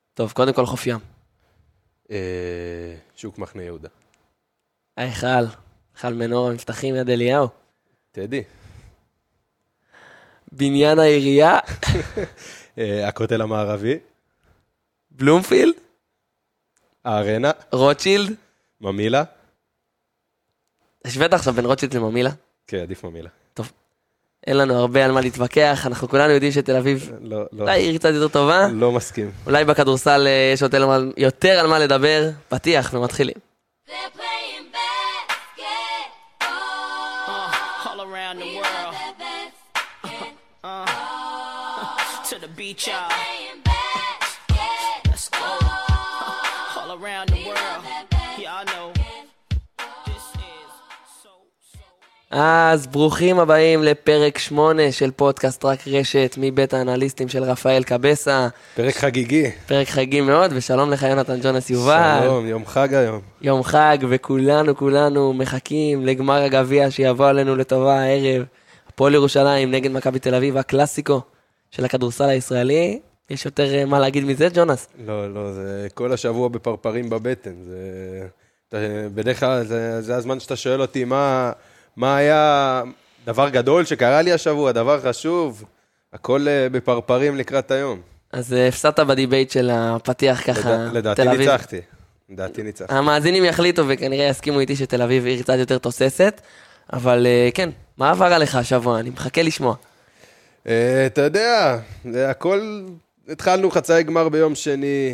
טוב, קודם כל חוף ים. שוק מחנה יהודה. היכל מנור המבטחים יד אליהו. טדי. בניין העירייה. הכותל המערבי. בלומפילד. הארנה. רוטשילד. ממילה. השווית עכשיו בין רוטשילד לממילה? כן, עדיף ממילה. טוב. אין לנו הרבה על מה להתווכח, אנחנו כולנו יודעים שתל אביב אולי עיר קצת יותר טובה. לא מסכים. אולי בכדורסל יש יותר על מה לדבר, פתיח ומתחילים. To the beach, y'all. Let's go. All around the world. Y'all know. This is so. אז ברוכים הבאים לפרק 8 של פודקאסט רק רשת מבית האנליסטים של רפאל קבסה. פרק חגיגי. פרק חגיגי מאוד, ושלום לך יונתן ג'ונס יובל. שלום, יום חג היום. יום חג, וכולנו מחכים לגמר הגביע שיבוא עלינו לטובה הערב. הפועל ירושלים נגד מכבי תל אביב, הקלאסיקו של הכדורסל הישראלי. יש יותר מה להגיד מזה, ג'ונס? לא, זה כל השבוע בפרפרים בבטן. בדרך כלל זה הזמן שאתה שואל אותי מה היה דבר גדול שקרה לי השבוע, דבר חשוב, הכל בפרפרים לקראת היום. אז הפסדת בדיבייט של הפתיח ככה, לדעתי ניצחתי. המאזינים יחליטו וכנראה יסכימו איתי שתל אביב עיר קצת יותר תוססת, אבל כן, מה עבר עליך השבוע? אני מחכה לשמוע. אתה יודע, זה הכל, התחלנו חצאי גמר ביום שני,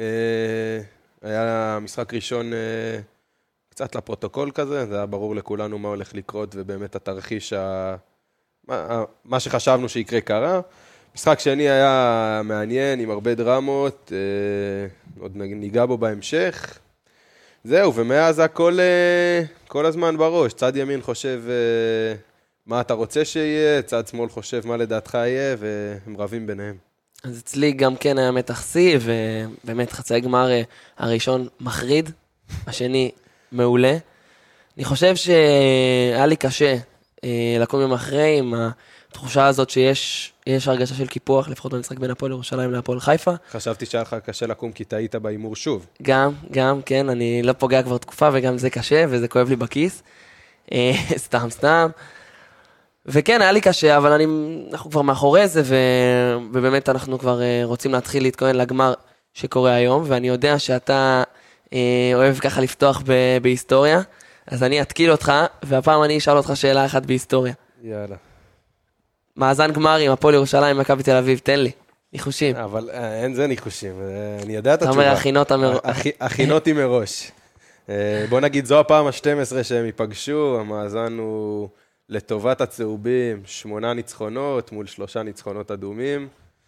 היה משחק ראשון קצת לפרוטוקול כזה, זה היה ברור לכולנו מה הולך לקרות, ובאמת התרחיש, מה שחשבנו שיקרה קרה. משחק שני היה מעניין, עם הרבה דרמות, עוד ניגע בו בהמשך. זהו, ומאז הכל כל הזמן בראש. צד ימין חושב מה אתה רוצה שיהיה, צד שמאל חושב מה לדעתך יהיה, והם רבים ביניהם. אז אצלי גם כן היה מתח שיא, ובאמת חצאי גמר הראשון מחריד, השני מעולה. אני חושב שהיה לי קשה לקום יום אחרי עם התחושה הזאת שיש הרגשה של קיפוח, לפחות במשחק בין הפועל ירושלים להפועל חיפה. חשבתי שהיה לך קשה לקום כי טעית באימור שוב. גם, כן, אני לא פוגע כבר תקופה, וגם זה קשה, וזה כואב לי בכיס. סתם. וכן, היה לי קשה, אבל אנחנו כבר מאחורי זה, ובאמת אנחנו כבר רוצים להתחיל להתכונן לגמר שקורה היום, ואני יודע שאתה אוהב ככה לפתוח בהיסטוריה, אז אני אתקיל אותך, והפעם אני אשאל אותך שאלה אחת בהיסטוריה. יאללה. מאזן גמרים, הפועל ירושלים, מכבי תל אביב, תן לי, ניחושים. אבל אין זה ניחושים, אני יודע את אתה התשובה. אומר, הכינותי מראש. בוא נגיד, זו הפעם ה-12 שהם ייפגשו, המאזן הוא לטובת הצהובים, 8 ניצחונות מול 3 ניצחונות אדומים.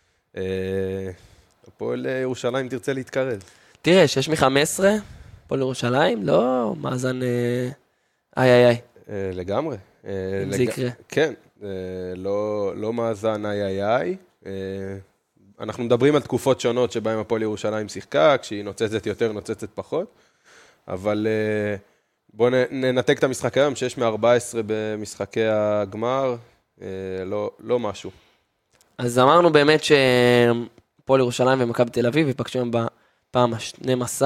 הפועל ירושלים תרצה להתקרב. תראה, 6-15, הפועל ירושלים, לא מאזן איי. לגמרי. אם זה יקרה. כן, לא מאזן איי. אנחנו מדברים על תקופות שונות שבהן הפועל ירושלים שיחקה, כשהיא נוצצת יותר, נוצצת פחות, אבל בואו ננתק את המשחק היום, 6 מ-14 במשחקי הגמר, לא משהו. אז אמרנו באמת שפועל ירושלים ומכבי תל אביב ייפגשו היום בפעם ה-12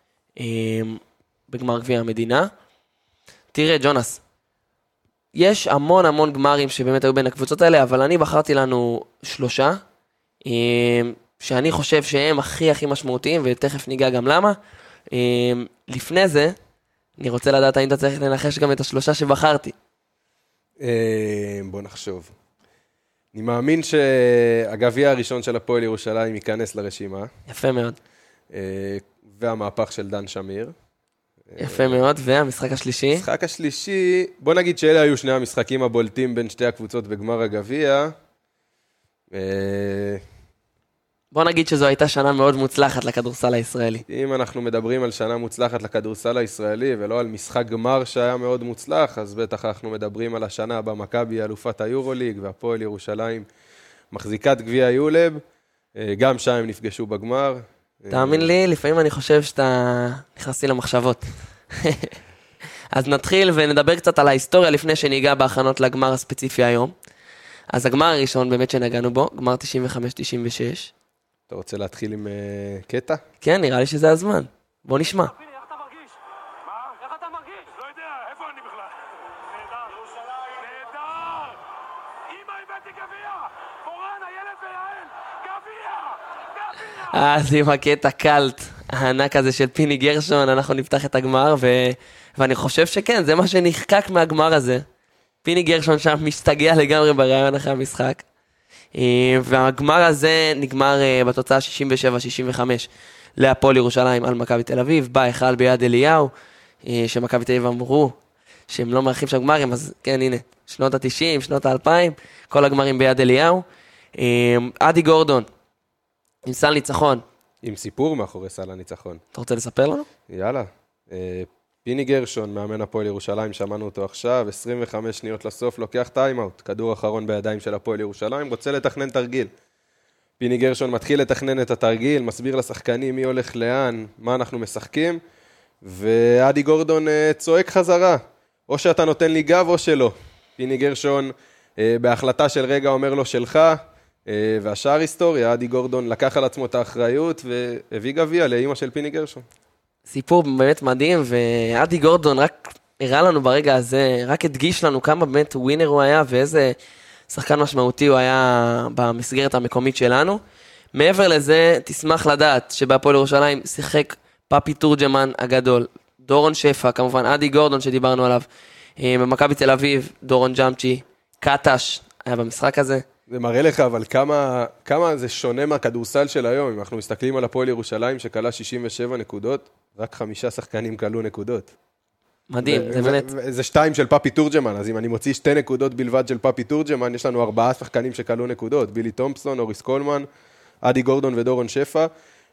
בגמר גביע המדינה. תראה, ג'ונס, יש המון גמרים שבאמת היו בין הקבוצות האלה, אבל אני בחרתי לנו 3, שאני חושב שהם הכי משמעותיים, ותכף ניגע גם למה. לפני זה, אני רוצה לדעת האם אתה צריך לנחש גם את 3 שבחרתי. בוא נחשוב. אני מאמין שהגביע הראשון של הפועל ירושלים ייכנס לרשימה. יפה מאוד. והמהפך של דן שמיר. יפה מאוד, והמשחק השלישי? המשחק השלישי, בוא נגיד שאלה היו שני המשחקים הבולטים בין שתי הקבוצות בגמר הגביע. בוא נגיד שזו הייתה שנה מאוד מוצלחת לכדורסל הישראלי. אם אנחנו מדברים על שנה מוצלחת לכדורסל הישראלי, ולא על משחק גמר שהיה מאוד מוצלח, אז בטח אנחנו מדברים על השנה הבאה מכבי אלופת היורוליג, והפועל ירושלים מחזיקת גביע יולב, גם שם הם נפגשו בגמר. תאמין לי, לפעמים אני חושב שאתה נכנסתי למחשבות. אז נתחיל ונדבר קצת על ההיסטוריה לפני שניגע בהכנות לגמר הספציפי היום. אז הגמר הראשון באמת שנגענו בו, גמר 95-96. אתה רוצה להתחיל עם קטע? כן, נראה לי שזה הזמן. בוא נשמע. פיני, איך אתה מרגיש? מה? איך אתה מרגיש? לא יודע, איפה אני בכלל? נהדר. נהדר! אמא, הבאתי גביע! מורן, הילד ויעל! גביע! אז עם הקטע קלט, הענק הזה של פיני גרשון, אנחנו נפתח את הגמר, ואני חושב שכן, זה מה שנחקק מהגמר הזה. פיני גרשון שם משתגע לגמרי ברעיון אחרי המשחק. והגמר הזה נגמר בתוצאה 67-65 להפועל ירושלים על מכבי תל אביב, בא אחד ביד אליהו, שמכבי תל אביב אמרו שהם לא מארחים שם גמרים, אז כן, הנה, שנות ה-90, שנות ה-2000, כל הגמרים ביד אליהו. אדי גורדון, עם סל ניצחון. עם סיפור מאחורי סל הניצחון. אתה רוצה לספר לנו? יאללה. פיני גרשון, מאמן הפועל ירושלים, שמענו אותו עכשיו, 25 שניות לסוף, לוקח טיימאוט, כדור אחרון בידיים של הפועל ירושלים, רוצה לתכנן תרגיל. פיני גרשון מתחיל לתכנן את התרגיל, מסביר לשחקנים מי הולך לאן, מה אנחנו משחקים, ואדי גורדון צועק חזרה, או שאתה נותן לי גב או שלא. פיני גרשון בהחלטה של רגע אומר לו שלך, והשאר היסטוריה, אדי גורדון לקח על עצמו את האחריות, והביא גביע לאמא של פיני גרשון. סיפור באמת מדהים, ואדי גורדון רק הראה לנו ברגע הזה, רק הדגיש לנו כמה באמת ווינר הוא היה, ואיזה שחקן משמעותי הוא היה במסגרת המקומית שלנו. מעבר לזה, תשמח לדעת שבהפועל ירושלים שיחק פאפי תורג'מן הגדול, דורון שפע, כמובן אדי גורדון שדיברנו עליו, במכבי תל אביב, דורון ג'אמצ'י, קטש היה במשחק הזה. זה מראה לך, אבל כמה זה שונה מהכדורסל של היום. אם אנחנו מסתכלים על הפועל ירושלים שקלה 67 נקודות, רק 5 שחקנים קלו נקודות. מדהים, זה באמת. זה 2 של פאפי תורג'מן, אז אם אני מוציא 2 נקודות בלבד של פאפי תורג'מן, יש לנו 4 שחקנים שקלו נקודות. בילי תומפסון, אוריס קולמן, אדי גורדון ודורון שפע.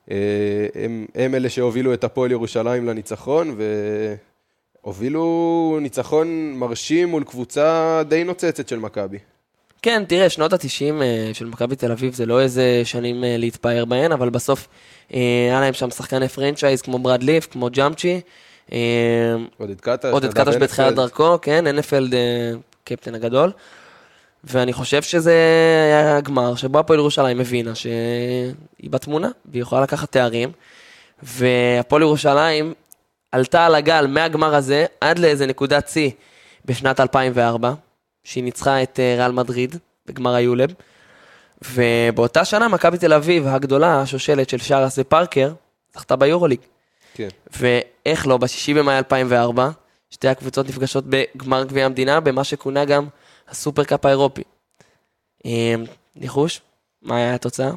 הם אלה שהובילו את הפועל ירושלים לניצחון, והובילו ניצחון מרשים מול קבוצה די נוצצת של מכבי. כן, תראה, שנות ה-90 של מכבי תל אביב זה לא איזה שנים להתפאר בהן, אבל בסוף היה להם שם שחקני פרנצ'ייז כמו ברד ליף, כמו ג'אמצ'י. עודד קטש. עודד קטש בתחילת דרכו, כן, NFL קפטן הגדול. ואני חושב שזה היה הגמר שבו הפועל ירושלים הבינה שהיא בתמונה, והיא יכולה לקחת תארים. והפועל ירושלים עלתה על הגל מהגמר הזה עד לאיזה נקודת צי בשנת 2004. שהיא ניצחה את ריאל מדריד בגמר היולב, ובאותה שנה מכבי תל אביב הגדולה, השושלת של שרס ופארקר, זכתה ביורוליג. כן. ואיך לא, ב6 במאי 2004, שתי הקבוצות נפגשות בגמר גביע המדינה, במה שכונה גם הסופרקאפ האירופי. ניחוש? מה היה התוצאה?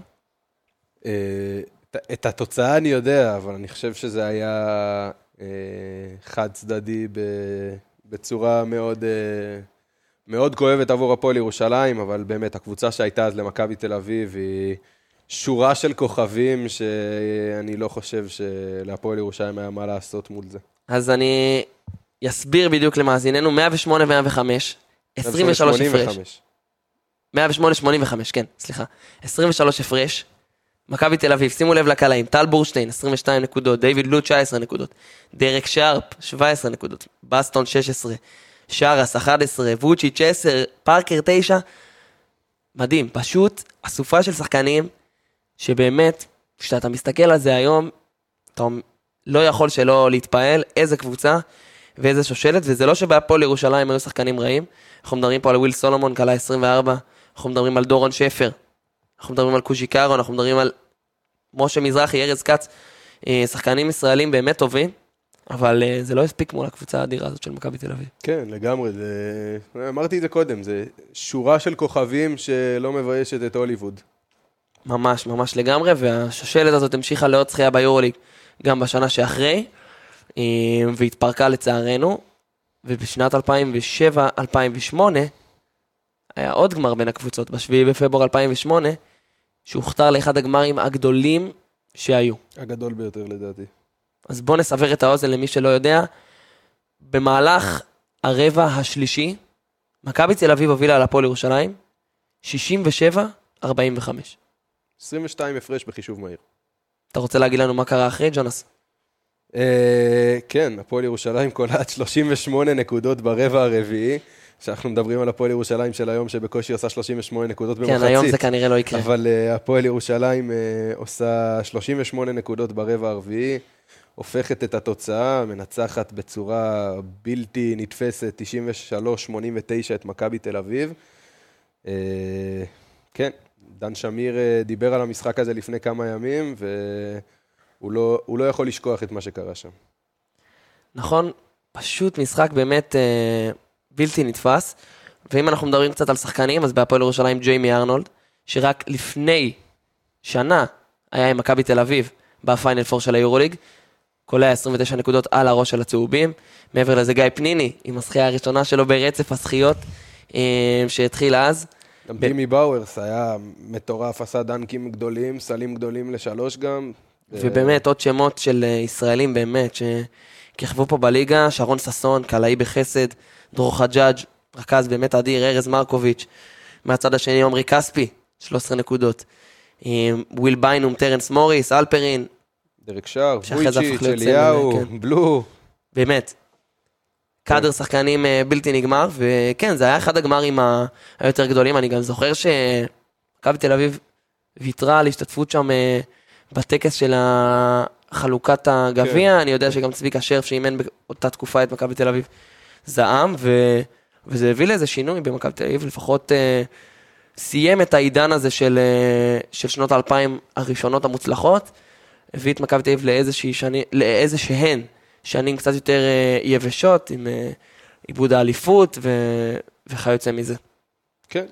את התוצאה אני יודע, אבל אני חושב שזה היה חד צדדי בצורה מאוד... מאוד כואבת עבור הפועל ירושלים, אבל באמת הקבוצה שהייתה אז למכבי תל אביב היא שורה של כוכבים שאני לא חושב שלהפועל ירושלים היה מה לעשות מול זה. אז אני אסביר בדיוק למאזיננו, 108-105, 23 הפרש. 108-85, כן, סליחה. 23 הפרש, מכבי תל אביב, שימו לב לקלעים, טל בורשטיין, 22 נקודות, דיוויד לוט, 19 נקודות, דרק שרפ, 17 נקודות, בסטון, 16, שרס 11, ווצ'יץ' 10, פארקר 9, מדהים, פשוט אסופה של שחקנים שבאמת, כשאתה מסתכל על זה היום, אתה לא יכול שלא להתפעל איזה קבוצה ואיזה שושלת, וזה לא שבהפועל ירושלים היו שחקנים רעים, אנחנו מדברים פה על וויל סולומון, קלה 24, אנחנו מדברים על דורון שפר, אנחנו מדברים על קוז'יקארו, אנחנו מדברים על משה מזרחי, ארז קץ, שחקנים ישראלים באמת טובים, אבל זה לא הספיק מול הקבוצה האדירה הזאת של מכבי תל אביב. כן, לגמרי, אמרתי את זה קודם, זה שורה של כוכבים שלא מביישת את הוליווד. ממש, ממש לגמרי, והשושלת הזאת המשיכה לעוד זכייה ביורוליג, גם בשנה שאחרי, והתפרקה לצערנו, ובשנת 2007-2008, היה עוד גמר בין הקבוצות, ב7 בפברואר 2008, שהוכתר לאחד הגמרים הגדולים שהיו. הגדול ביותר לדעתי. אז בואו נסבר את האוזן למי שלא יודע, במהלך הרבע השלישי, מכבי תל אביב הובילה על הפועל ירושלים, 67-45. 22 הפרש בחישוב מהיר. אתה רוצה להגיד לנו מה קרה אחרי, ג'ונס? כן, הפועל ירושלים קולט 38 נקודות ברבע הרביעי, שאנחנו מדברים על הפועל ירושלים של היום, שבקושי עושה 38 נקודות במחצית. כן, היום זה כנראה לא יקרה. אבל הפועל ירושלים עושה 38 נקודות ברבע הרביעי, הופכת את התוצאה, מנצחת בצורה בלתי נתפסת, 93-89 את מכבי תל אביב. כן, דן שמיר דיבר על המשחק הזה לפני כמה ימים, והוא לא יכול לשכוח את מה שקרה שם. נכון, פשוט משחק באמת בלתי נתפס, ואם אנחנו מדברים קצת על שחקנים, אז בהפועל ירושלים ג'יימי ארנולד, שרק לפני שנה היה עם מכבי תל אביב בפיינל פור של היורוליג, קולע 29 נקודות על הראש של הצהובים, מעבר לזה גיא פניני, עם השחייה הראשונה שלו ברצף השחיות, שהתחיל אז. גם טימי באוורס היה מטורף, עשה דנקים גדולים, סלים גדולים לשלוש גם. ובאמת עוד שמות של ישראלים באמת, שכיכבו פה בליגה, שרון ססון, קלעי בחסד, דרור חג'אג', רכז באמת אדיר, ארז מרקוביץ', מהצד השני עומרי כספי, 13 נקודות, וויל ביינום, טרנס מוריס, אלפרין, דרק שר, וויצ'יץ', אליהו, כן. בלו. באמת. קאדר שחקנים בלתי נגמר, וכן, זה היה אחד הגמרים היותר גדולים, אני גם זוכר שמכבי תל אביב ויתרה על השתתפות שם בטקס של חלוקת הגביע, אני יודע שגם צביקה שרף שאימן באותה תקופה את מכבי תל אביב זעם, וזה הביא לאיזה שינוי במכבי תל אביב, לפחות סיים את העידן הזה של שנות 2000 הראשונות המוצלחות, הביא את מכבי תל אביב לאיזשהן שנים קצת יותר יבשות, עם עיבוד האליפות וכיוצא מזה. כן,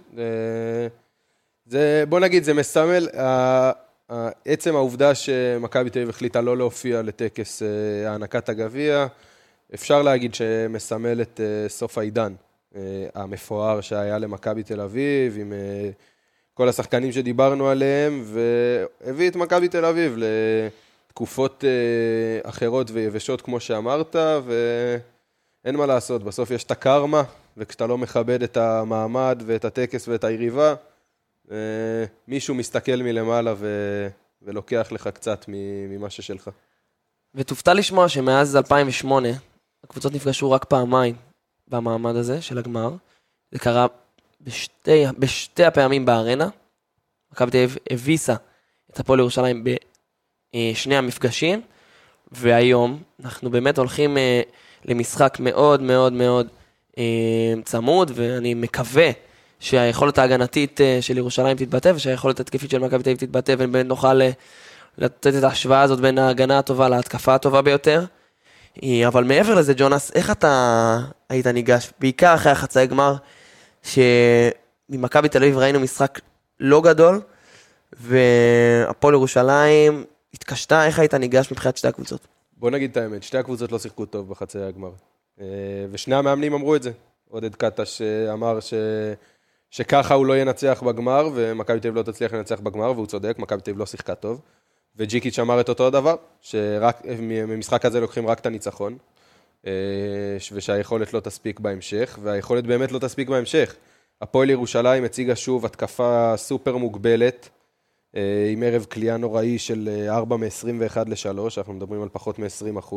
בוא נגיד, זה מסמל, עצם העובדה שמכבי תל אביב החליטה לא להופיע לטקס הענקת הגביע, אפשר להגיד שמסמל את סוף העידן המפואר שהיה למכבי תל אביב, עם כל השחקנים שדיברנו עליהם, והביא את מכבי תל אביב לתקופות אחרות ויבשות כמו שאמרת, ואין מה לעשות, בסוף יש את הקרמה, וכשאתה לא מכבד את המעמד ואת הטקס ואת היריבה, מישהו מסתכל מלמעלה ולוקח לך קצת ממה ששלך. ותופתע לשמוע שמאז 2008, הקבוצות נפגשו רק פעמיים במעמד הזה של הגמר. זה קרה בשתי הפעמים בארנה. מכבי תל אביב הביסה את הפועל ירושלים בשני המפגשים, והיום אנחנו באמת הולכים למשחק מאוד מאוד מאוד צמוד, ואני מקווה שהיכולת ההגנתית של ירושלים תתבטא, ושהיכולת התקפית של מכבי תל אביב תתבטא, ובאמת נוכל לתת את ההשוואה הזאת בין ההגנה הטובה להתקפה הטובה ביותר. אבל מעבר לזה, ג'ונס, איך אתה היית ניגש? בעיקר אחרי החצאי גמר, שממכבי תל אביב ראינו משחק לא גדול, והפועל ירושלים התקשתה, איך היית ניגש מבחינת שתי הקבוצות? בוא נגיד את האמת, שתי הקבוצות לא שיחקו טוב בחצאי הגמר. ושני המאמנים אמרו את זה. עודד קטש אמר שככה הוא לא ינצח בגמר, ומכבי תל אביב לא תצליח לנצח בגמר, והוא צודק, מכבי תל אביב לא שיחקה טוב. וג'יקיץ' אמר את אותו הדבר, שרק ממשחק הזה לוקחים רק את הניצחון, ושהיכולת לא תספיק בהמשך, והיכולת באמת לא תספיק בהמשך. הפועל ירושלים הציגה שוב התקפה סופר מוגבלת, עם ערב קליעה נוראי של 4 מ-21 ל-3, אנחנו מדברים על פחות מ-20%.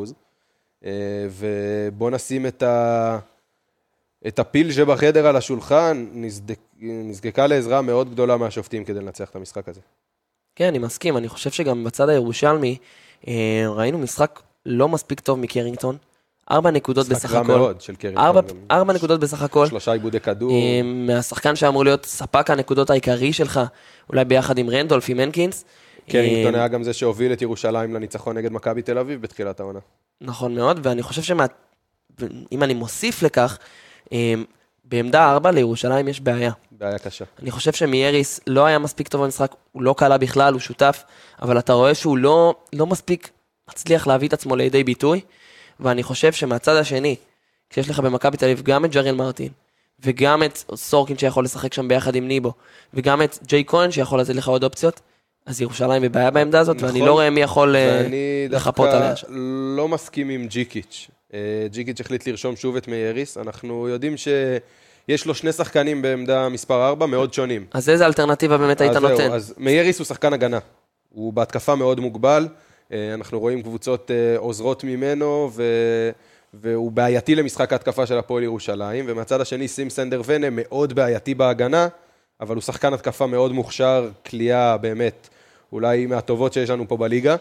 ובוא נשים את הפיל שבחדר על השולחן, נזקקה לעזרה מאוד גדולה מהשופטים כדי לנצח את המשחק הזה. כן, אני מסכים, אני חושב שגם בצד הירושלמי ראינו משחק לא מספיק טוב מקרינגטון, 4 נקודות בסך הכל. משחק רע מאוד של קרינגטון. 4 נקודות בסך הכל. 3 עיבודי כדור. מהשחקן שאמור להיות ספק הנקודות העיקרי שלך, אולי ביחד עם רנדולף, עם הנקינס. קרינגטון היה גם זה שהוביל את ירושלים לניצחון נגד מכבי תל אביב בתחילת העונה. נכון מאוד, ואני חושב אם אני מוסיף לכך, בעמדה 4 לירושלים יש בעיה. בעיה קשה. אני חושב שמייריס לא היה מספיק טוב במשחק, הוא לא קלה בכלל, הוא שותף, אבל אתה רואה שהוא לא מספיק מצליח להביא את עצמו לידי ביטוי, ואני חושב שמהצד השני, כשיש לך במכבי תל אביב גם את ג'רל מרטין, וגם את סורקין שיכול לשחק שם ביחד עם ניבו, וגם את ג'יי כהן שיכול לתת לך עוד אופציות, אז ירושלים בבעיה בעמדה הזאת, נכון, ואני לא רואה מי יכול לחפות עליה. אני לא מסכים עם ג'יקיץ'. ג'יקיץ' החליט לרשום שוב את מייריס. אנחנו יודעים שיש לו שני שחקנים בעמדה מספר 4 מאוד שונים. אז איזה אלטרנטיבה באמת היית נותן? אז מייריס הוא שחקן הגנה. הוא בהתקפה מאוד מוגבל. אנחנו רואים קבוצות עוזרות ממנו, והוא בעייתי למשחק ההתקפה של הפועל ירושלים, ומהצד השני סים סנדר ונה מאוד בעייתי בהגנה, אבל הוא שחקן התקפה מאוד מוכשר, קליעה באמת, אולי מהטובות שיש לנו פה בליגה.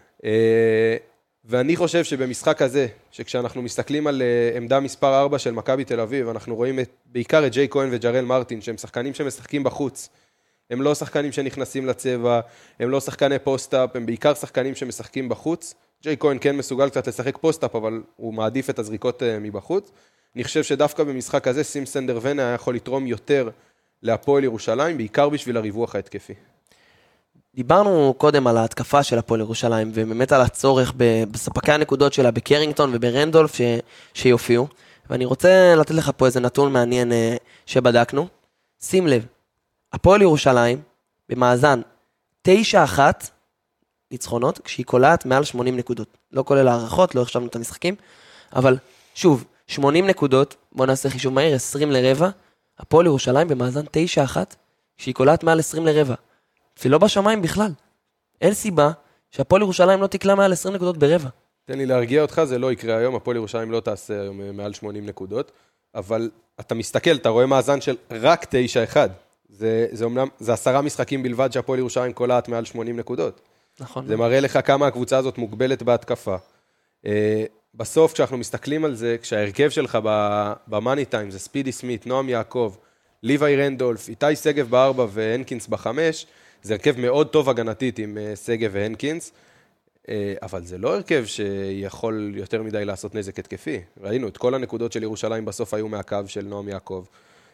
ואני חושב שבמשחק הזה, שכשאנחנו מסתכלים על עמדה מספר 4 של מכבי תל אביב, אנחנו רואים בעיקר את ג'יי כהן וג'רל מרטין, שהם שחקנים שמשחקים בחוץ. הם לא שחקנים שנכנסים לצבע, הם לא שחקני פוסט-אפ, הם בעיקר שחקנים שמשחקים בחוץ. ג'יי כהן כן מסוגל קצת לשחק פוסט-אפ, אבל הוא מעדיף את הזריקות מבחוץ. אני חושב שדווקא במשחק הזה, סים סנדר ונה היה יכול לתרום יותר להפועל ירושלים, בעיקר בשביל הריווח ההתקפי. דיברנו קודם על ההתקפה של הפועל ירושלים, ובאמת על הצורך בספקי הנקודות שלה בקרינגטון וברנדולף שיופיעו, ואני רוצה לתת לך פה איזה נתון מעניין שבדקנו. שים לב, הפועל ירושלים במאזן 9-1 ניצחונות, כשהיא קולעת מעל 80 נקודות. לא כולל הערכות, לא החשבנו את המשחקים, אבל שוב, 80 נקודות, בואו נעשה חישוב מהיר, 20 לרבע, הפועל ירושלים במאזן 9-1, כשהיא קולעת מעל 20 לרבע. זה לא בשמיים בכלל. אין סיבה שהפועל ירושלים לא תקלה מעל 20 נקודות ברבע. תן לי להרגיע אותך, זה לא יקרה היום, הפועל ירושלים לא תעשה היום מעל 80 נקודות, אבל אתה מסתכל, אתה רואה מאזן של רק 9-1. זה 10 משחקים בלבד שהפועל ירושלים קולעת מעל 80 נקודות. נכון. זה מראה לך כמה הקבוצה הזאת מוגבלת בהתקפה. בסוף, כשאנחנו מסתכלים על זה, כשההרכב שלך במאני טיים, זה ספידי סמית, נועם יעקב, ליווי רנדולף, איתי סגב ב4 והנקינס ב5, זה הרכב מאוד טוב הגנתית עם סגב והנקינס, אבל זה לא הרכב שיכול יותר מדי לעשות נזק התקפי. ראינו, את כל הנקודות של ירושלים בסוף היו מהקו של נועם יעקב,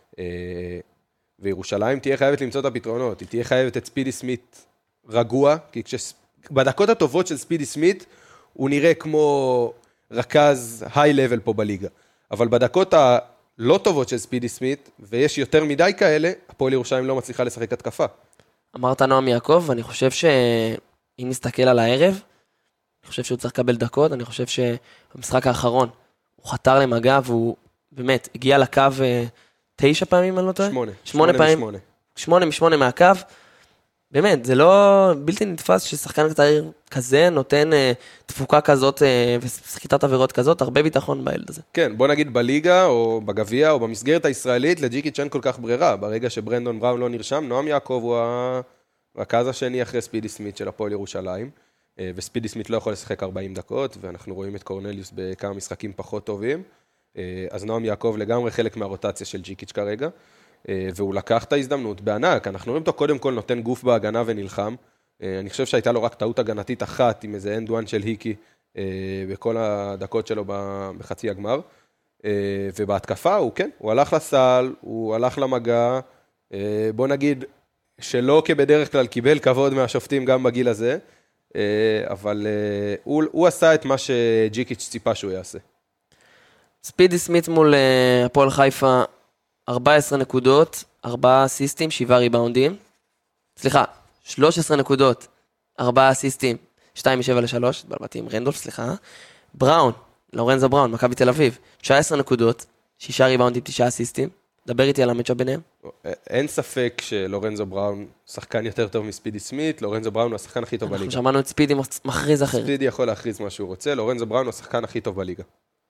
וירושלים תהיה חייבת למצוא את הפתרונות, היא תהיה חייבת את ספידי סמית רגוע, כי בדקות הטובות של ספידי סמית, הוא נראה כמו רכז היי-לבל פה בליגה. אבל בדקות הלא טובות של ספידי סמית, ויש יותר מדי כאלה, הפועל ירושלים לא מצליחה לשחק התקפה. אמרת נועם יעקב, ואני חושב שאם נסתכל על הערב, אני חושב שהוא צריך לקבל דקות, אני חושב שבמשחק האחרון הוא חתר למגע, והוא באמת הגיע לקו 9 פעמים, אני לא טועה? 8 פעמים. 8 מהקו. באמת, זה לא בלתי נתפס ששחקן צעיר כזה נותן תפוקה כזאת וסחיטת עבירות כזאת, הרבה ביטחון בילד הזה. כן, בוא נגיד בליגה או בגביע או במסגרת הישראלית, לג'יקיץ' אין כל כך ברירה. ברגע שברנדון בראון לא נרשם, נועם יעקב הוא הרכז השני אחרי ספידי סמית של הפועל ירושלים, וספידי סמית לא יכול לשחק 40 דקות, ואנחנו רואים את קורנליוס בכמה משחקים פחות טובים, אז נועם יעקב לגמרי חלק מהרוטציה של ג'יקיץ' כרגע, והוא לקח את ההזדמנות בענק. אנחנו רואים אותו קודם כל נותן גוף בהגנה ונלחם. אני חושב שהייתה לו רק טעות הגנתית אחת עם איזה אנד וואן של היקי בכל הדקות שלו בחצי הגמר. ובהתקפה הוא כן, הוא הלך לסל, הוא הלך למגע. בוא נגיד שלא כבדרך כלל קיבל כבוד מהשופטים גם בגיל הזה, אבל הוא עשה את מה שג'יקיץ' ציפה שהוא יעשה. ספידי סמית מול הפועל חיפה, 14 נקודות, 4 אסיסטים, 7 ריבאונדים. סליחה, 13 נקודות, 4 אסיסטים, 2 מ-7 ל-3, בלבטי עם רנדולף, סליחה. בראון, לורנזו בראון, מכבי תל אביב, 19 נקודות, 6 ריבאונדים, 9 אסיסטים. דבר איתי על המצ'אפ ביניהם. אין ספק שלורנזו בראון שחקן יותר טוב מספידי סמית, לורנזו בראון הוא השחקן הכי טוב בליגה. אנחנו שמענו את ספידי מכריז אחרת. ספידי יכול להכריז מה שהוא רוצה, לורנזו בראון הוא השחקן הכי טוב בליגה.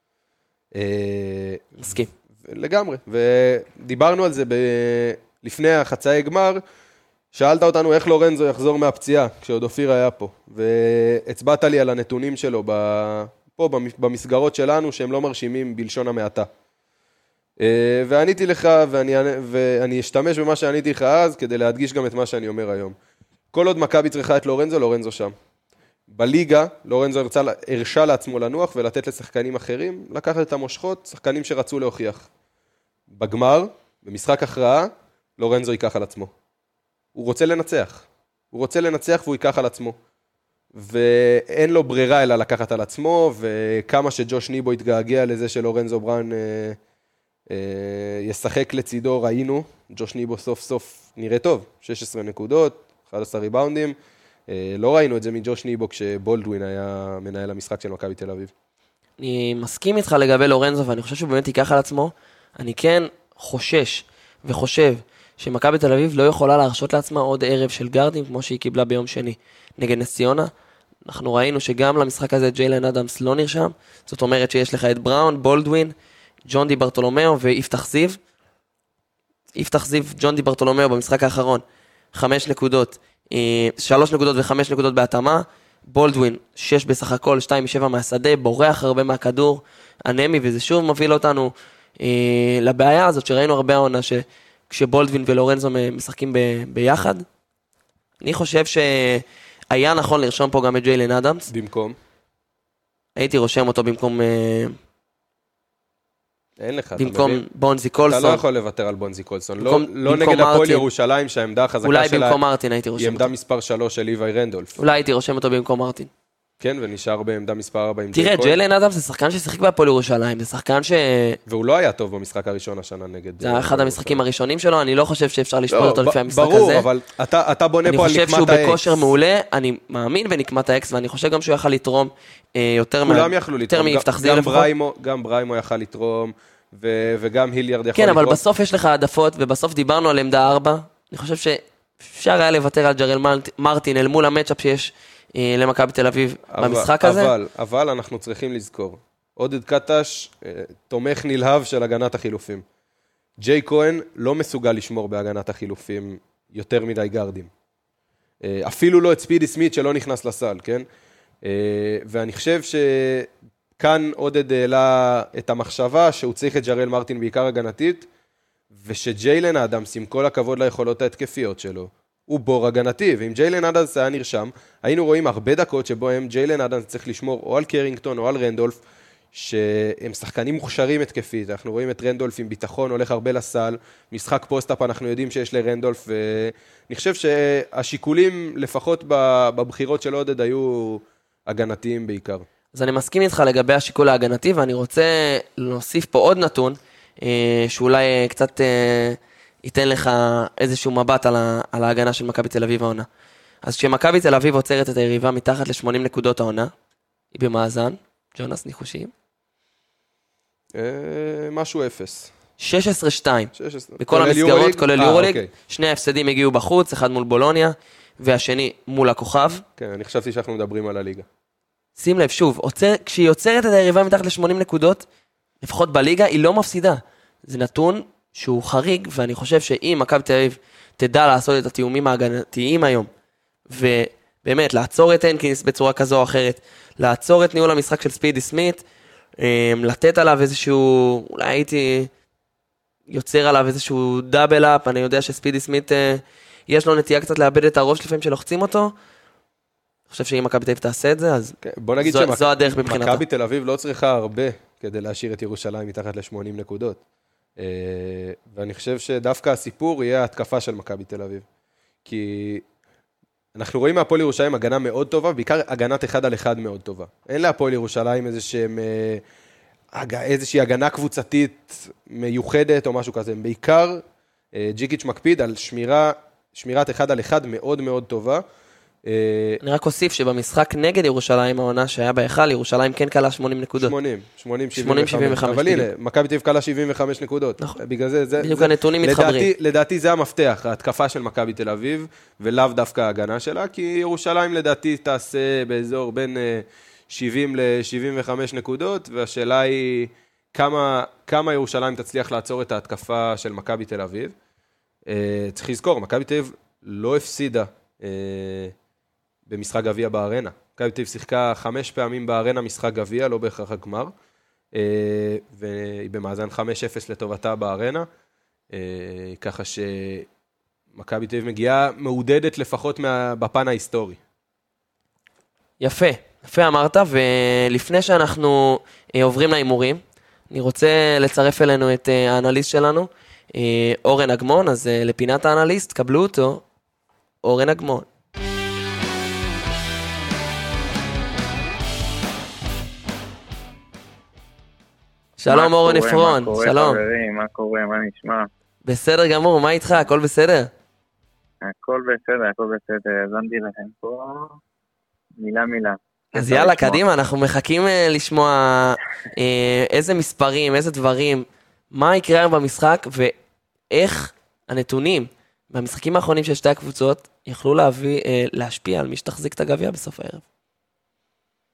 מסכים. לגמרי, ודיברנו על זה לפני החצאי גמר, שאלת אותנו איך לורנזו יחזור מהפציעה, כשעוד אופיר היה פה, והצבעת לי על הנתונים שלו פה במסגרות שלנו, שהם לא מרשימים בלשון המעטה. ועניתי לך, ואני אשתמש במה שעניתי לך אז, כדי להדגיש גם את מה שאני אומר היום. כל עוד מכבי צריכה את לורנזו, לורנזו שם. בליגה, לורנזו הרשה לעצמו לנוח ולתת לשחקנים אחרים, לקחת את המושכות, שחקנים שרצו להוכיח. בגמר, במשחק הכרעה, לורנזו ייקח על עצמו. הוא רוצה לנצח. הוא רוצה לנצח והוא ייקח על עצמו. ואין לו ברירה אלא לקחת על עצמו, וכמה שג'וש ניבו התגעגע לזה שלורנזו בראון ישחק לצידו, ראינו, ג'וש ניבו סוף סוף נראה טוב, 16 נקודות, 11 ריבאונדים, לא ראינו את זה מג'וש ניבו כשבולדווין היה מנהל המשחק של מכבי תל אביב. אני מסכים איתך לגבי לורנזו, ואני חושב שהוא באמת ייקח על עצמו. אני כן חושש וחושב שמכבי תל אביב לא יכולה להרשות לעצמה עוד ערב של גארדים, כמו שהיא קיבלה ביום שני נגד נס ציונה. אנחנו ראינו שגם למשחק הזה ג'יילן אדמס לא נרשם, זאת אומרת שיש לך את בראון, בולדווין, ג'ון די ברטולומיאו ויפתח זיו. יפתח זיו, ג'ון די ברטולומיאו במשחק האחרון, 5 נקודות, 3 נקודות ו5 נקודות בהתאמה, בולדווין, 6 בסך הכל, 2 מ-7 מהשדה, בורח הרבה מהכדור, אנמי, וזה שוב מוביל אותנו לבעיה הזאת שראינו הרבה העונה, כשבולדווין ולורנזו משחקים ביחד. אני חושב שהיה נכון לרשום פה גם את ג'יילן אדמס. במקום? הייתי רושם אותו במקום... אין לך, במקום בונזי קולסון. אתה לא יכול לוותר על בונזי קולסון. לא נגד הפועל ירושלים, שהעמדה החזקה שלה... אולי במקום מרטין הייתי רושם אותו. היא עמדה מספר 3 של ליווי רנדולף. אולי הייתי רושם אותו במקום מרטין. כן, ונשאר בעמדה מספר 4 עם תראה, ג'יילן אדמס זה שחקן ששיחק בהפועל ירושלים, זה שחקן והוא לא היה טוב במשחק הראשון השנה נגד... זה היה אחד המשחקים הראשונים שלו, אני לא חושב שאפשר לשפוט אותו לפי המשחק הזה. ברור, אבל אתה בונה פה על נקמת האקס. אני חושב שהוא בכושר מעולה, אני מאמין בנקמת האקס, ואני חושב גם שהוא יכל לתרום יותר מיפתח זיו לפחות. גם בריימו יכל לתרום, וגם היליארד יכול כן, לתרום. אבל בסוף יש לך העדפות, ובסוף דיברנו על עמדה 4. אני חושב שאפשר היה לוותר על ג'רל מרטין אל מול המצ'אפ שיש למכבי תל אביב במשחק הזה. אבל אנחנו צריכים לזכור, עודד קטש, תומך נלהב של הגנת החילופים. ג'יי כהן לא מסוגל לשמור בהגנת החילופים יותר מדי גרדים. אפילו לא את ספידי סמית שלא נכנס לסל, כן? ואני חושב שכאן עודד העלה את המחשבה שהוא צריך את ג'רל מרטין בעיקר הגנתית, ושג'יילן אדמס, עם כל הכבוד ליכולות ההתקפיות שלו, הוא בור הגנתי, ואם ג'יילן אדמס היה נרשם, היינו רואים הרבה דקות שבו הם ג'יילן אדמס צריך לשמור או על קרינגטון או על רנדולף, שהם שחקנים מוכשרים התקפית. אנחנו רואים את רנדולף עם ביטחון, הולך הרבה לסל, משחק פוסט-אפ אנחנו יודעים שיש לרנדולף, ואני חושב שהשיקולים לפחות בבחירות של עודד היו הגנתיים בעיקר. אז אני מסכים איתך לגבי השיקול ההגנתי, ואני רוצה להוסיף פה עוד נתון, שאולי קצת ייתן לך איזשהו מבט על ההגנה של מכבי תל אביב העונה. אז כשמכבי תל אביב עוצרת את היריבה מתחת ל-80 נקודות העונה, היא במאזן, ג'ונס ניחושים? משהו 0. 16-2. בכל המסגרות, כולל יורוליג. שני ההפסדים הגיעו בחוץ, אחד מול בולוניה, והשני מול הכוכב. כן, אני חשבתי שאנחנו מדברים על הליגה. שים לב, שוב, כשהיא עוצרת את היריבה מתחת ל-80 נקודות, לפחות בליגה, היא לא מפסידה. זה נתון שהוא חריג, ואני חושב שאם מכבי תל אביב תדע לעשות את התיאומים ההגנתיים היום, ובאמת, לעצור את הנקינס בצורה כזו או אחרת, לעצור את ניהול המשחק של ספידי סמית, לתת עליו איזשהו, אולי הייתי יוצר עליו איזשהו דאבל אפ, אני יודע שספידי סמית, יש לו נטייה קצת לאבד את הראש לפעמים שלוחצים אותו, אני חושב שאם מכבי תל אביב תעשה את זה, אז זו הדרך מבחינתה. מכבי תל אביב לא צריכה הרבה כדי להשאיר את ירושלים מתחת ל-80 נקודות. ואני חושב שדווקא הסיפור יהיה ההתקפה של מכבי תל אביב. כי אנחנו רואים מהפועל ירושלים הגנה מאוד טובה, בעיקר הגנת 1 על 1 מאוד טובה. אין להפועל ירושלים איזושהי הגנה קבוצתית מיוחדת או משהו כזה. בעיקר ג'יקיץ' מקפיד על שמירת 1 על 1 מאוד מאוד טובה. אני רק אוסיף שבמשחק נגד ירושלים, העונה שהיה בהיכל, ירושלים כן קלה 80 נקודות. 80-75. אבל הנה, מכבי תל אביב קלה 75 נקודות. בגלל זה, בדיוק הנתונים מתחברים. לדעתי זה המפתח, ההתקפה של מכבי תל אביב, ולאו דווקא ההגנה שלה, כי ירושלים לדעתי תעשה באזור בין 70 ל-75 נקודות, והשאלה היא כמה ירושלים תצליח לעצור את ההתקפה של מכבי תל אביב. צריך לזכור, מכבי תל אביב לא הפסידה במשחק גביע בארנה. מכבי תל אביב שיחקה 5 פעמים בארנה משחק גביע, לא בהכרח הגמר, והיא במאזן 5-0 לטובתה בארנה, ככה שמכבי תל אביב מגיעה מעודדת לפחות בפן ההיסטורי. יפה אמרת, ולפני שאנחנו עוברים להימורים, אני רוצה לצרף אלינו את האנליסט שלנו, אורן אגמון, אז לפינת האנליסט, קבלו אותו, אורן אגמון. שלום אורן אפרון, שלום. מה קורה, מה נשמע? בסדר גמור, מה איתך? הכל בסדר? הכל בסדר, הזמתי לכם פה מילה. אז יאללה, קדימה, אנחנו מחכים לשמוע איזה מספרים, איזה דברים, מה יקרה היום במשחק, ואיך הנתונים במשחקים האחרונים של שתי הקבוצות יכלו להשפיע על מי שתחזיק את הגביע בסוף הערב.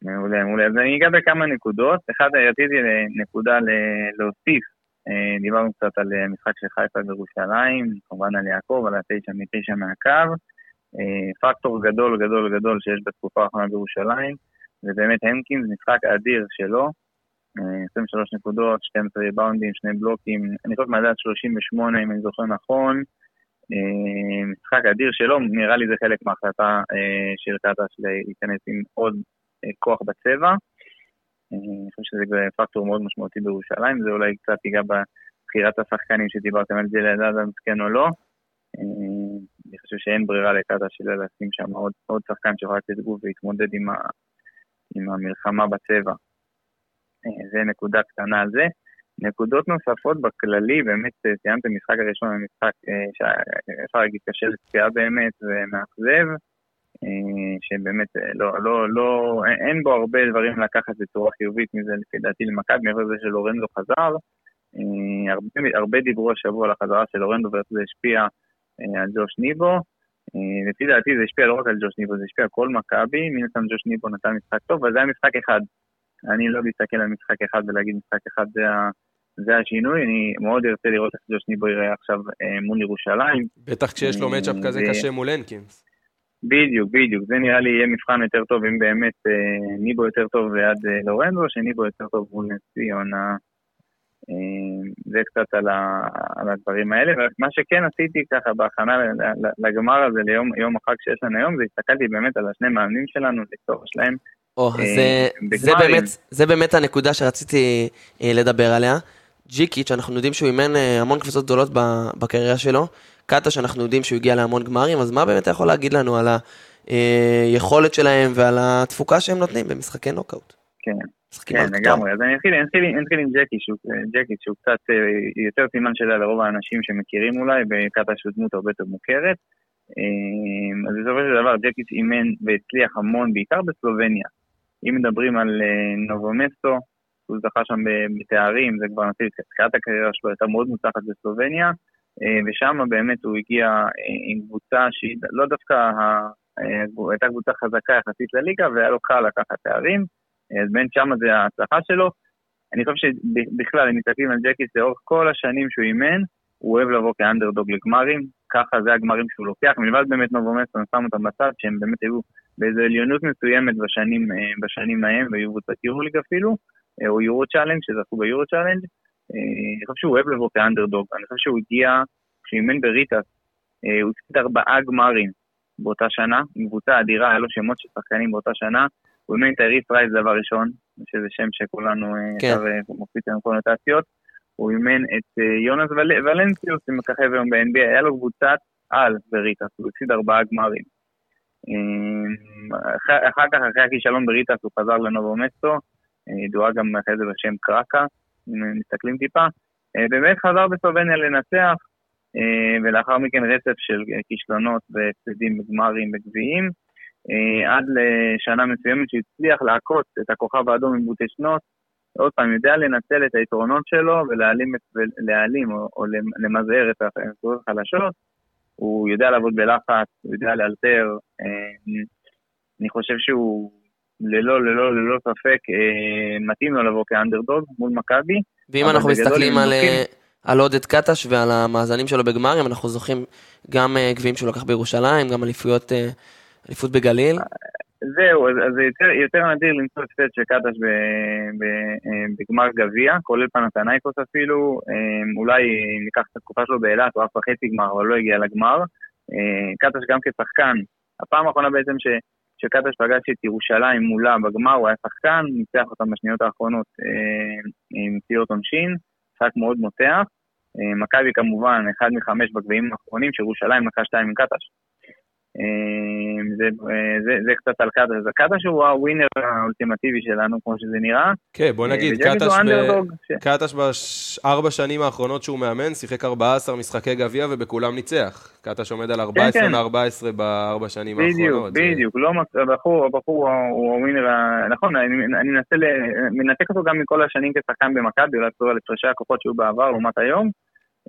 מעולה, מעולה. אז אני אגע בכמה נקודות. אחד, רציתי נקודה להוסיף. דיברנו קצת על משחק של חיפה בירושלים, כמובן על יעקב, על 9 מהקו. פקטור גדול, גדול, גדול שיש בתקופה האחרונה בירושלים, ובאמת הנקינס, משחק אדיר שלו. 23 נקודות, 12 ריבאונדים, 2 בלוקים, אני חושב מדד 38 אם אני זוכר נכון. משחק אדיר שלו, נראה לי זה חלק מההחלטה של קטש להיכנס עם עוד כוח בצבע. אני חושב שזה פקטור מאוד משמעותי בירושלים, זה אולי קצת ייגע בבחירת השחקנים שדיברתם על זה לדעת אם כן או לא. אני חושב שאין ברירה לקטש שלה לשים שם עוד שחקן שיכול לתת גוף והתמודד עם המלחמה בצבע. זה נקודה קטנה על זה. נקודות נוספות בכללי, באמת סיימתם משחק הראשון, המשחק שאפשר להגיד קשה לצפייה באמת ומאכזב, שבאמת אין בו הרבה דברים לקחת בצורה חיובית מזה לפי דעתי למכבי, מעבר לזה שלורנדו חזר, הרבה דיברו השבוע על החזרה של לורנדו וזה השפיע על ג'וש ניבו, לפי דעתי זה השפיע לא רק על ג'וש ניבו, זה השפיע על כל מכבי, מן הסתם ג'וש ניבו נתן משחק טוב, אבל זה היה משחק אחד. אני לא מסתכל על משחק אחד ולהגיד משחק אחד זה השינוי, אני מאוד ארצה לראות איך ג'וש ניבו יראה עכשיו מול ירושלים. בטח כשיש לו מצ'אפ כזה קשה מול הנקינס. בדיוק, בדיוק, זה נראה לי יהיה מבחן יותר טוב אם באמת ניבו יותר טוב ליד לורנדו, שניבו יותר טוב מול נס ציונה. זה קצת על הדברים האלה, ומה שכן עשיתי ככה בהכנה לגמר הזה ליום החג שיש לנו היום, זה הסתכלתי באמת על השני מאמנים שלנו, לקטור שלהם. זה באמת הנקודה שרציתי לדבר עליה. ג'יקיץ', אנחנו יודעים שהוא אימן המון קבוצות גדולות בקריירה שלו, קטש, אנחנו יודעים שהוא הגיע להמון גמרים, אז מה באמת יכול להגיד לנו על היכולת שלהם ועל התפוקה שהם נותנים במשחקי נוקאוט? כן, לגמרי. אז אני אתחיל עם ג'יקיץ' שהוא קצת יותר סימן שלה לרוב האנשים שמכירים אולי, בקטש הוא דמות הרבה יותר מוכרת. אז בסופו של דבר ג'יקיץ' אימן והצליח המון, בעיקר בסלובניה. אם מדברים על נובומסטו, הוא זכה שם בתארים, זה כבר נתחיל תחילת הקריירה שלו, הייתה מאוד מוצלחת בסלובניה, ושם באמת הוא הגיע עם קבוצה שהיא לא דווקא, הייתה קבוצה חזקה יחסית לליגה, והיה לו קל לקחת תארים, אז בין שם זה ההצלחה שלו. אני חושב שבכלל, אם מסתכלים על ג'קיס לאורך כל השנים שהוא אימן, הוא אוהב לבוא כאנדרדוג לגמרים, ככה זה הגמרים שהוא לוקח, מלבד באמת נובומסטו, אני שם אותם בצד, שהם באמת היו באיזו עליונות מסוימת בשנים ההם, והיו קבוצת יורוליג אפילו, או יורו צ'אלנג' שזכו ביורו צ'אלנג'. אני חושב שהוא אוהב לבוא כאנדרדוג, אני חושב שהוא הגיע, כשהוא אימן בריטס, הוא הפסיד 4 גמרים באותה שנה, עם קבוצה אדירה, היה לו שמות של שחקנים באותה שנה, הוא אימן את אריס רייס דבר ראשון, שזה שם שכולנו מופיע עם קונוטציות, הוא אימן את יונס ולנסיוס, שמככב היום ב-NBA, היה לו קבוצת על בריטס, הוא הפסיד 4 גמרים. אחר כך, אחרי הכישלון בריטס, הוא חזר לנובומסטו, ידועה גם אחרי זה בשם קרקה, אם מסתכלים טיפה, באמת חזר בסלובניה לנצח, ולאחר מכן רצף של כישלונות והפסדים בגמרים בגביעים, עד לשנה מסוימת שהצליח לעקוץ את הכוכב האדום עם בוטי שנות, עוד פעם יודע לנצל את היתרונות שלו ולהעלים או למזער את הקבוצות החלשות, הוא יודע לעבוד בלחץ, הוא יודע לאלתר, אני חושב שהוא ללא ספק מתאים לו לבוא כאנדרדוג מול מכבי. ואם אנחנו מסתכלים על עודד קטש ועל המאזנים שלו בגמרים, אנחנו זוכים גם גביעים שהוא לקח בירושלים, גם אליפות בגליל. זהו, אז זה יותר נדיר למצוא ספט של קטש בגמר גביע, כולל פנתנייקוס אפילו, אולי ניקח את התקופה שלו באילת, הוא אף וחצי גמר, אבל לא הגיע לגמר. קטש גם כשחקן, הפעם האחרונה בעצם שקטש פגש את ירושלים מולה בגמר, הוא היה שחקן, ניצח אותם בשניות האחרונות עם פציעות עונשין, שחק מאוד מותח. מכבי כמובן, 1 מ-5 בגביעים האחרונים, שירושלים לקחה 2 עם קטש. זה קצת על קטש, אז קטש הוא הווינר האולטימטיבי שלנו, כמו שזה נראה. כן, בוא נגיד, קטש ב4 שנים האחרונות שהוא מאמן, שיחק 14 משחקי גביע ובכולם ניצח. קטש עומד על 14 מ-14 ב4 שנים האחרונות. בדיוק, הבחור הוא הווינר, נכון, אני מנתק אותו גם מכל השנים כשחקן במכבי, אולי תזור על הפרשי הכוחות שהיו בעבר לעומת היום,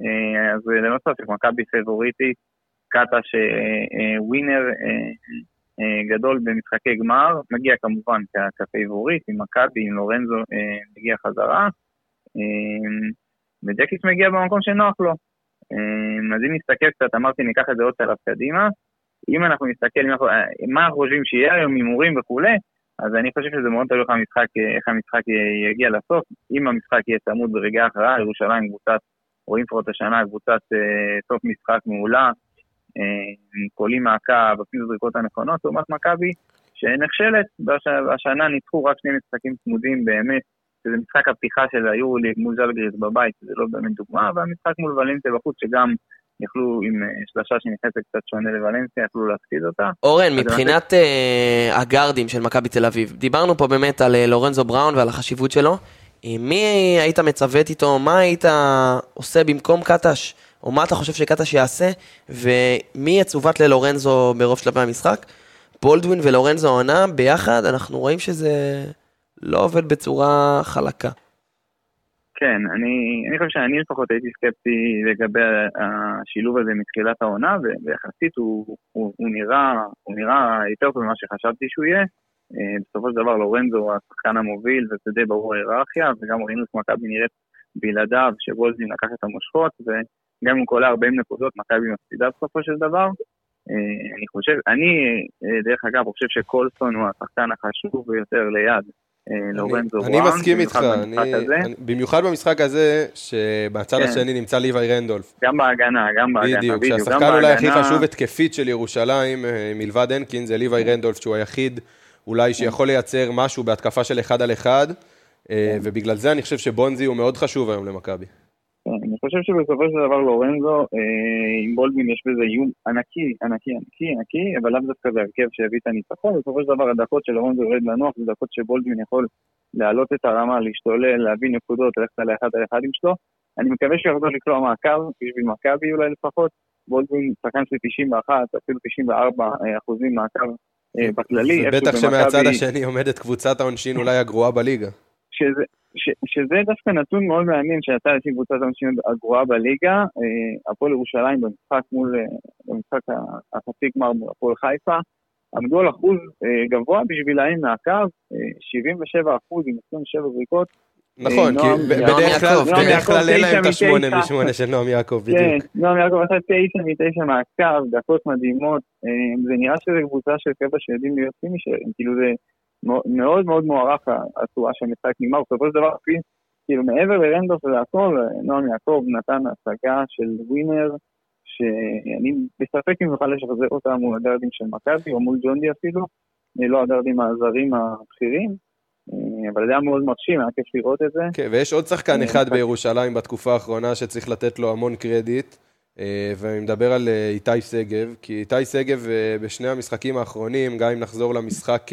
אז לנוסף, מכבי פייבוריטית, קטש ווינר גדול במשחקי גמר, מגיע כמובן כפייבוריט, עם מכבי, עם לורנזו מגיע חזרה, וג'קיס מגיע במקום שנוח לו. אז אם נסתכל קצת, אמרתי ניקח את זה עוד צלב קדימה, אם אנחנו נסתכל מה אנחנו חושבים שיהיה היום הימורים וכולי, אז אני חושב שזה מאוד תלוי איך המשחק יגיע לסוף. אם המשחק יהיה צמוד ברגע אחרה, ירושלים קבוצת, רואים פה את השנה, קבוצת סוף משחק מעולה, קולים מעקב, אפילו זריקות הנכונות, לעומת מכבי, שנכשלת, והשנה ניצחו רק 2 משחקים צמודים באמת, שזה משחק הפתיחה של היורוליג מול ז'לגיריס בבית, זה לא באמת דוגמה, והמשחק מול ולנסיה בחוץ, שגם יכלו עם שלושה שנכנסת קצת שונה לוולנסיה, יכלו להפסיד אותה. אורן, מבחינת הגארדים של מכבי תל אביב, דיברנו פה באמת על לורנזו בראון ועל החשיבות שלו, מי היית מצוות איתו, מה היית עושה במקום קטש, או מה אתה חושב שקטש יעשה, ומי יצוות ללורנזו ברוב שלבי המשחק? בולדווין ולורנזו עונה ביחד, אנחנו רואים שזה לא עובד בצורה חלקה. כן, אני חושב שאני לפחות הייתי סקפטי לגבי השילוב הזה מתחילת העונה, ויחסית הוא נראה יותר טוב ממה שחשבתי שהוא יהיה. בסופו של דבר לורנזו הוא השחקן המוביל, וזה די ברור ההיררכיה, וגם ראינו שמכבי נראית בלעדיו, שבולדווין לקח את המושכות, וגם אם קולה 40 נקודות, מכבי מפסידה בסופו של דבר. אני דרך אגב חושב שקולסון הוא השחקן החשוב ביותר ליד לורנזו בראון. אני מסכים איתך, במיוחד במשחק הזה, שבצד השני נמצא ליוואי רנדולף. גם בהגנה. בדיוק, שהשחקן אולי הכי חשוב התקפית של ירושלים, מלבד הנקין, זה ליוואי רנדולף, שהוא היחיד אולי שיכול לייצר משהו בהתקפה של 1 על 1, ובגלל זה אני חושב שבונזי הוא מאוד חשוב היום למכבי. אני חושב שבסופו של דבר לורנזו, עם בולדווין יש בזה איום ענקי, אבל לאו דווקא זה הרכב שהביא את הניצחון, בסופו של דבר הדקות של לורנזו יורד לנוח, זה דקות שבולדווין יכול להעלות את הרמה, להשתולל, להביא נקודות, ללכת על 1 על 1 עם שלו. אני מקווה שיחזור לקלוע מעקב, בשביל מכבי אולי לפחות, בולדווין שחקן של 91, אפילו 94% מעקב בכללי. ובטח שמהצד השני עומדת קבוצת העונשין אולי הגרועה בליגה. שזה דווקא נתון מאוד מעניין שיצא לפי קבוצת העונשין הגרועה בליגה, הפועל ירושלים במשחק החצי גמר מול הפועל חיפה, עמדו על אחוז גבוה בשבילהם מהקו, 77% עם 27 זריקות. נכון, כי בדרך כלל אין להם את 8 מ-8 של נועם יעקב, בדיוק. נועם יעקב עשה 9 מ-9 מהקו, דקות מדהימות, זה נראה שזה קבוצה של קבע שיודעים להיות פינישרים, כאילו זה מאוד מאוד מוערך הצורה שהמשחק נגמר, בסופו של דבר, כאילו מעבר לרנדולף והכל, נועם יעקב נתן השגה של ווינר, שאני בספק אם נוכל לשחזר אותה מול הדרדים של מכבי, או מול ג'ונדי אפילו, לא הדרדים הזרים הבכירים, אבל זה היה מאוד מרשים, היה כיף לראות את זה. כן, ויש עוד שחקן אחד בירושלים בתקופה האחרונה שצריך לתת לו המון קרדיט, ואני מדבר על איתי סגב, כי איתי סגב בשני המשחקים האחרונים, גם אם נחזור למשחק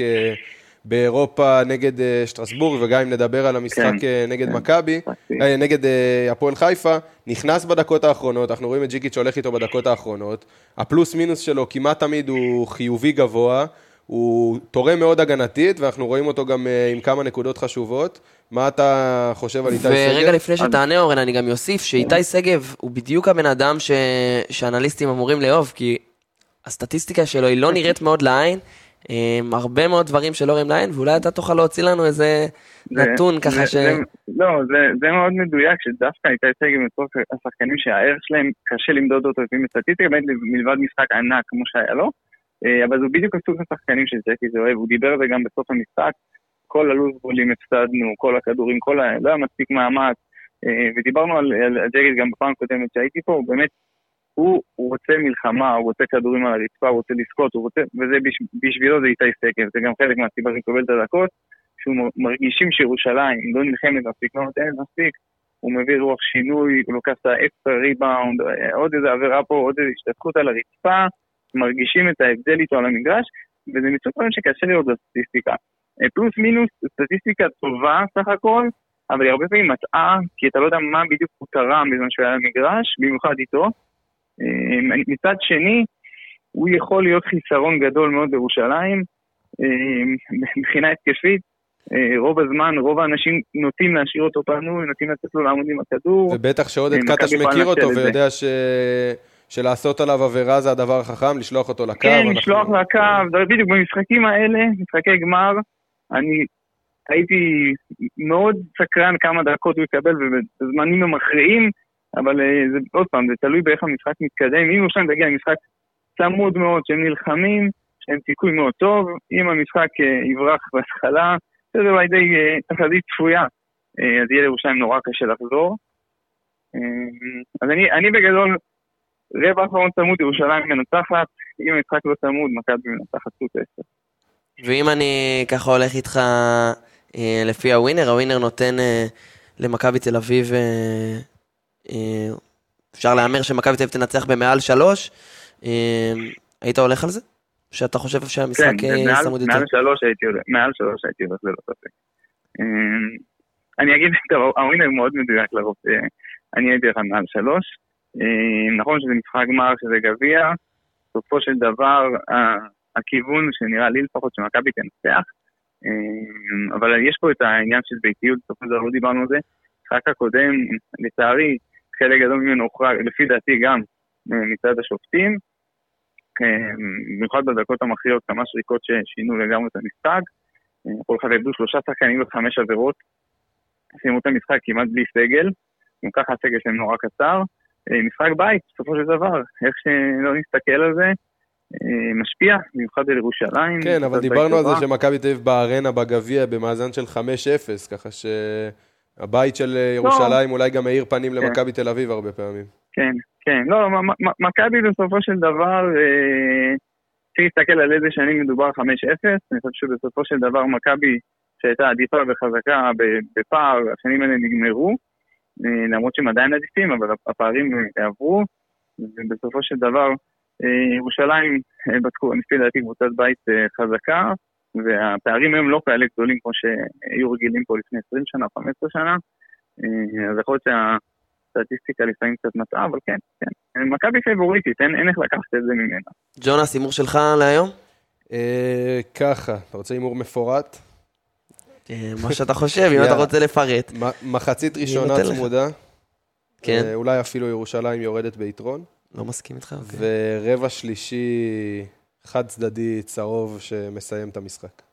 באירופה נגד שטרסבורג, וגם אם נדבר על המשחק נגד מכבי, נגד הפועל חיפה, נכנס בדקות האחרונות, אנחנו רואים את ג'יקיץ' הולך איתו בדקות האחרונות, הפלוס מינוס שלו כמעט תמיד הוא חיובי גבוה, הוא תורם מאוד הגנתית, ואנחנו רואים אותו גם עם כמה נקודות חשובות. מה אתה חושב על איתי סגב? ורגע לפני שתענה אורן, אני גם יוסיף שאיתי סגב הוא בדיוק הבן אדם שאנליסטים אמורים לאהוב, כי הסטטיסטיקה שלו היא לא נראית מאוד לעין, הרבה מאוד דברים שלא רואים לעין, ואולי אתה תוכל להוציא לנו איזה נתון ככה ש... לא, זה מאוד מדויק, שדווקא איתי סגב מתוך השחקנים שהערך שלהם קשה למדוד אותו לפי סטטיסטיקה, באמת מלבד משחק ענק כמו שהיה לו, אבל זו בדיוק הסוג השחקנים שג'קי זה אוהב, הוא דיבר על זה גם בסוף המשחק, כל הלוז בולים הפסדנו, כל הכדורים, לא היה מספיק מאמץ, ודיברנו על ג'קי גם בפעם קודמת שהייתי פה, הוא באמת, הוא רוצה מלחמה, הוא רוצה כדורים על הרצפה, הוא רוצה לזכות, וזה בשבילו זה איתי סגב, זה גם חלק מהסיבה שקובל את הדקות, שהוא מרגישים שירושלים, לא נלחמת מספיק, לא נותנת מספיק, הוא מביא רוח שינוי, הוא לוקח את האקסטרה ריבאונד, עוד איזה עבירה פה, עוד איזה השתתפות על הרצפה, מרגישים את ההבדל איתו על המגרש, וזה מסוג דברים שקשה לראות בסטטיסטיקה. פלוס מינוס, סטטיסטיקה טובה סך הכל, אבל היא הרבה פעמים מטעה, כי אתה לא יודע מה בדיוק הוא תרם בזמן שהוא היה למגרש, במיוחד איתו. מצד שני, הוא יכול להיות חיסרון גדול מאוד בירושלים, מבחינה התקפית, רוב הזמן, רוב האנשים נוטים להשאיר אותו פנוי, נוטים לתת לו לעמוד עם הכדור. ובטח שעוד את קטש מכיר אותו ויודע שלעשות עליו עבירה זה הדבר החכם, לשלוח אותו לקו. כן, לשלוח לקו, בדיוק במשחקים האלה, משחקי גמר, אני הייתי מאוד סקרן כמה דקות הוא יקבל, ובזמנים המכריעים, אבל זה, עוד פעם, זה תלוי באיך המשחק מתקדם. אם ירושלים תגיע למשחק צמוד מאוד, שהם נלחמים, שהם סיכוי מאוד טוב, אם המשחק יברח בהתחלה, זה אולי די תחזית צפויה, אז יהיה לירושלים נורא קשה לחזור. אז אני בגדול, רבע האחרון צמוד, ירושלים מנצחת, אם המשחק לא צמוד, מכבי מנצחת סוט 10. ואם אני ככה הולך איתך לפי הווינר נותן למכבי תל אביב, אפשר לאמר שמכבי תל אביב תנצח במעל 3, היית הולך על זה? שאתה חושב שהמשחק צמוד יותר? מעל 3 הייתי הולך ללא ספק. אני אגיד, הווינר מאוד מדויק לרוב, אני הייתי לך מעל 3, נכון שזה משחק גמר, שזה גביע, בסופו של דבר, הכיוון שנראה לי לפחות שמכבי תנצח, אבל יש פה את העניין של ביתיות, בסופו של דבר לא דיברנו על זה, המשחק הקודם, לצערי, חלק גדול ממנו הוכרע, לפי דעתי גם מצד השופטים, במיוחד בדקות המכריעות, כמה שריקות ששינו לגמרי את המשחק, כל אחד עבדו 3 שחקנים ו5 עבירות, שימו את המשחק כמעט בלי סגל, גם ככה הסגל שלהם נורא קצר, משחק בית, בסופו של דבר, איך שלא נסתכל על זה, משפיע, במיוחד על ירושלים. כן, אבל דיברנו על זה שמכבי תל אביב בארנה בגביע במאזן של 5-0, ככה שהבית של ירושלים אולי גם מאיר פנים למכבי תל אביב הרבה פעמים. כן, כן, לא, מכבי בסופו של דבר, צריך להסתכל על איזה שנים מדובר 5-0, אני חושב שבסופו של דבר מכבי שהייתה עדיפה וחזקה בפער, השנים האלה נגמרו, למרות שהם עדיין עדיפים, אבל הפערים עברו, ובסופו של דבר ירושלים בדקו, לפי דעתי קבוצת בית חזקה, והפערים הם לא כאלה גדולים כמו שהיו רגילים פה לפני 20 שנה, 15 שנה, אז יכול להיות שהסטטיסטיקה לפעמים קצת מטעה, אבל כן, כן. מכבי פייבוריטית, אין איך לקחת את זה ממנה. ג'ונס, הימור שלך להיום? ככה, אתה רוצה הימור מפורט? מה שאתה חושב, אם אתה רוצה לפרט. מחצית ראשונה צמודה, כן. אולי אפילו ירושלים יורדת ביתרון. לא מסכים איתך, אוקיי. ורבע שלישי חד צדדי צהוב שמסיים את המשחק.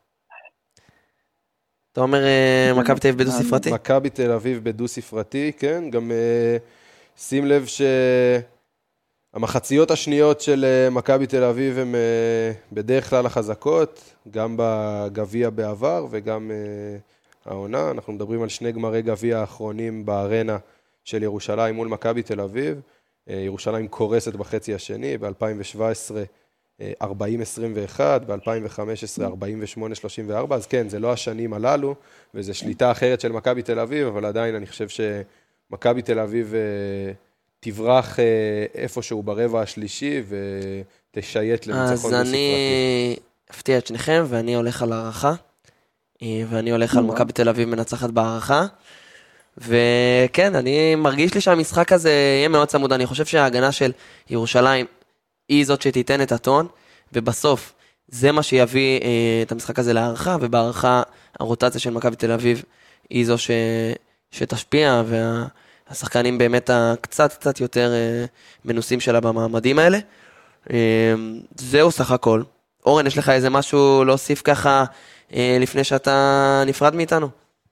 אתה אומר מכבי תל אביב בדו ספרתי? מכבי תל אביב בדו ספרתי, כן. גם שים לב שהמחציות השניות של מכבי תל אביב הן בדרך כלל החזקות, גם בגביע בעבר וגם העונה. אנחנו מדברים על 2 גמרי גביע האחרונים בארנה של ירושלים מול מכבי תל אביב. ירושלים קורסת בחצי השני, ב-2017 40-21, ב-2015 48-34, אז כן, זה לא השנים הללו, וזו שליטה אחרת של מכבי תל אביב, אבל עדיין אני חושב שמכבי תל אביב תברח איפשהו ברבע השלישי, ותשייט לניצחון דו-ספרתי. אז אני אפתיע את שניכם, ואני הולך על הערכה, ואני הולך על מכבי תל אביב מנצחת בערכה, וכן, אני מרגיש לי שהמשחק הזה יהיה מאוד צמוד. אני חושב שההגנה של ירושלים היא זאת שתיתן את הטון, ובסוף זה מה שיביא את המשחק הזה להערכה, ובהערכה הרוטציה של מכבי תל אביב היא זו שתשפיע, והשחקנים באמת קצת יותר מנוסים שלה במעמדים האלה. זהו סך הכל. אורן, יש לך איזה משהו להוסיף ככה לפני שאתה נפרד מאיתנו?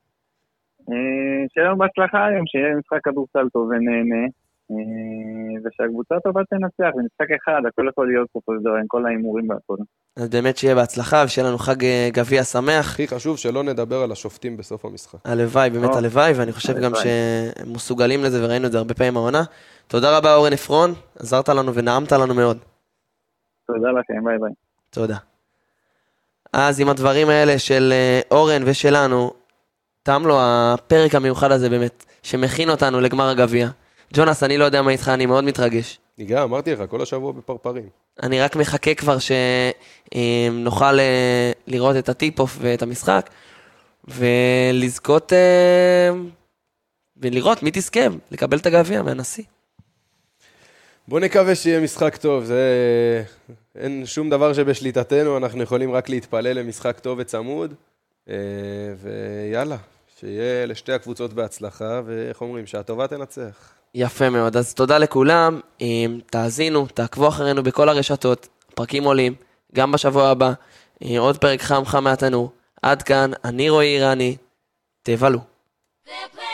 שיהיה בהצלחה היום, שיהיה משחק כדורסל טוב ונהנה, ושהקבוצה טובה תנצח, ומשחק אחד, הכל יכול להיות פה עם כל האימורים והכל. אז באמת שיהיה בהצלחה, ושיהיה לנו חג גביע שמח. הכי חשוב שלא נדבר על השופטים בסוף המשחק. הלוואי, באמת הלוואי, ואני חושב גם שהם מסוגלים לזה, וראינו את זה הרבה פעמים העונה. תודה רבה אורן אפרון, עזרת לנו ונעמת לנו מאוד. תודה לכם, ביי ביי. תודה. אז עם הדברים האלה של אורן ושלנו, תם לו הפרק המיוחד הזה באמת, שמכין אותנו לגמר הגביע. ג'ונס, אני לא יודע מה איתך, אני מאוד מתרגש. ניגע, אמרתי לך, כל השבוע בפרפרים. אני רק מחכה כבר שנוכל לראות את הטיפ-אוף ואת המשחק, ולזכות, ולראות מי תזכה, לקבל את הגביע מהנשיא. בוא נקווה שיהיה משחק טוב, אין שום דבר שבשליטתנו, אנחנו יכולים רק להתפלל למשחק טוב וצמוד, ויאללה, שיהיה לשתי הקבוצות בהצלחה, ואיך אומרים, שהטובה תנצח. יפה מאוד, אז תודה לכולם, תאזינו, תעקבו אחרינו בכל הרשתות, פרקים עולים, גם בשבוע הבא, עוד פרק חם מהתנור, עד כאן, אני רועי אירני, תבלו.